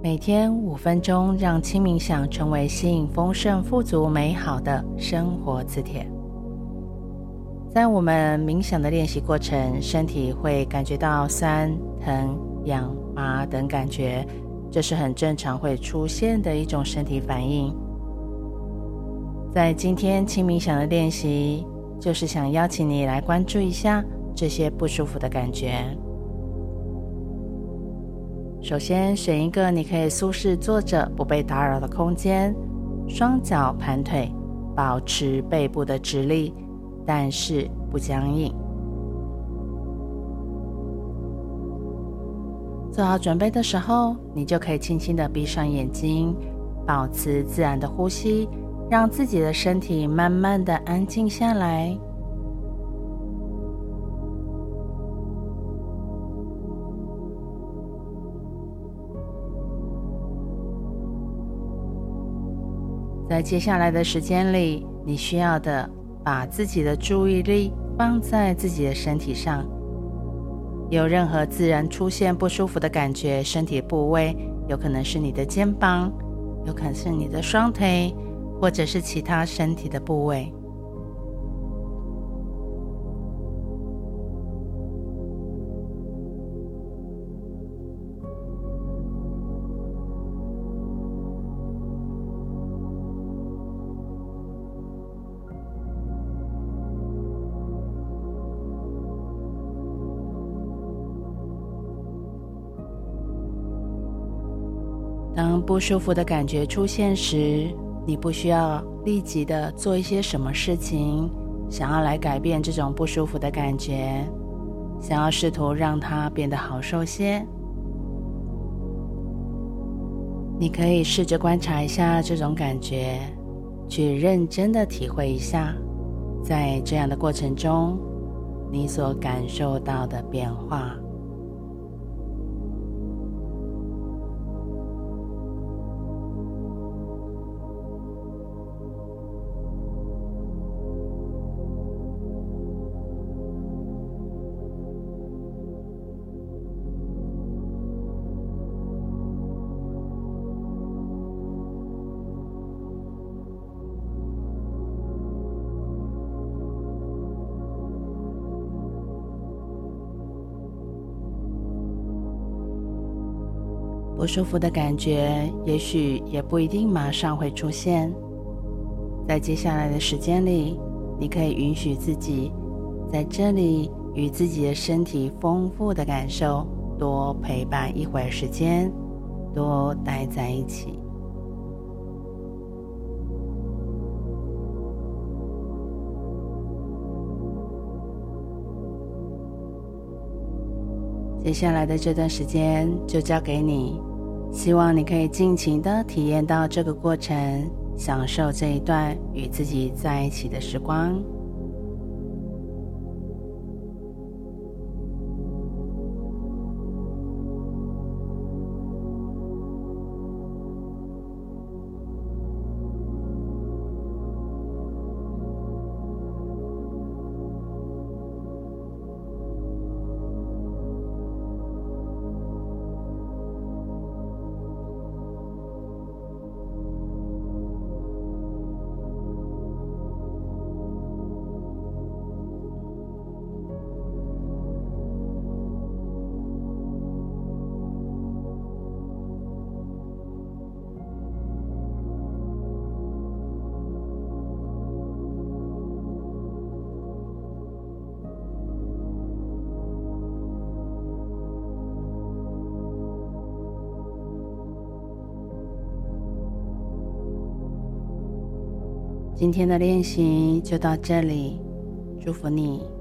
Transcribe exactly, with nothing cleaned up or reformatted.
每天五分钟，让轻冥想成为吸引丰盛、富足、美好的生活磁铁。在我们冥想的练习过程，身体会感觉到酸、疼、痒、麻等感觉，这是很正常会出现的一种身体反应。在今天轻冥想的练习，就是想邀请你来关注一下这些不舒服的感觉。首先选一个你可以舒适坐着不被打扰的空间，双脚盘腿，保持背部的直立，但是不僵硬。做好准备的时候，你就可以轻轻地闭上眼睛，保持自然的呼吸，让自己的身体慢慢地安静下来。在接下来的时间里，你需要的把自己的注意力放在自己的身体上。有任何自然出现不舒服的感觉，身体部位有可能是你的肩膀，有可能是你的双腿，或者是其他身体的部位。当不舒服的感觉出现时，你不需要立即的做一些什么事情，想要来改变这种不舒服的感觉，想要试图让它变得好受些。你可以试着观察一下这种感觉，去认真的体会一下，在这样的过程中，你所感受到的变化。不舒服的感觉也许也不一定马上会出现，在接下来的时间里，你可以允许自己在这里与自己的身体丰富的感受多陪伴一会儿时间，多待在一起。接下来的这段时间就交给你，希望你可以尽情地体验到这个过程，享受这一段与自己在一起的时光。今天的练习就到这里，祝福你。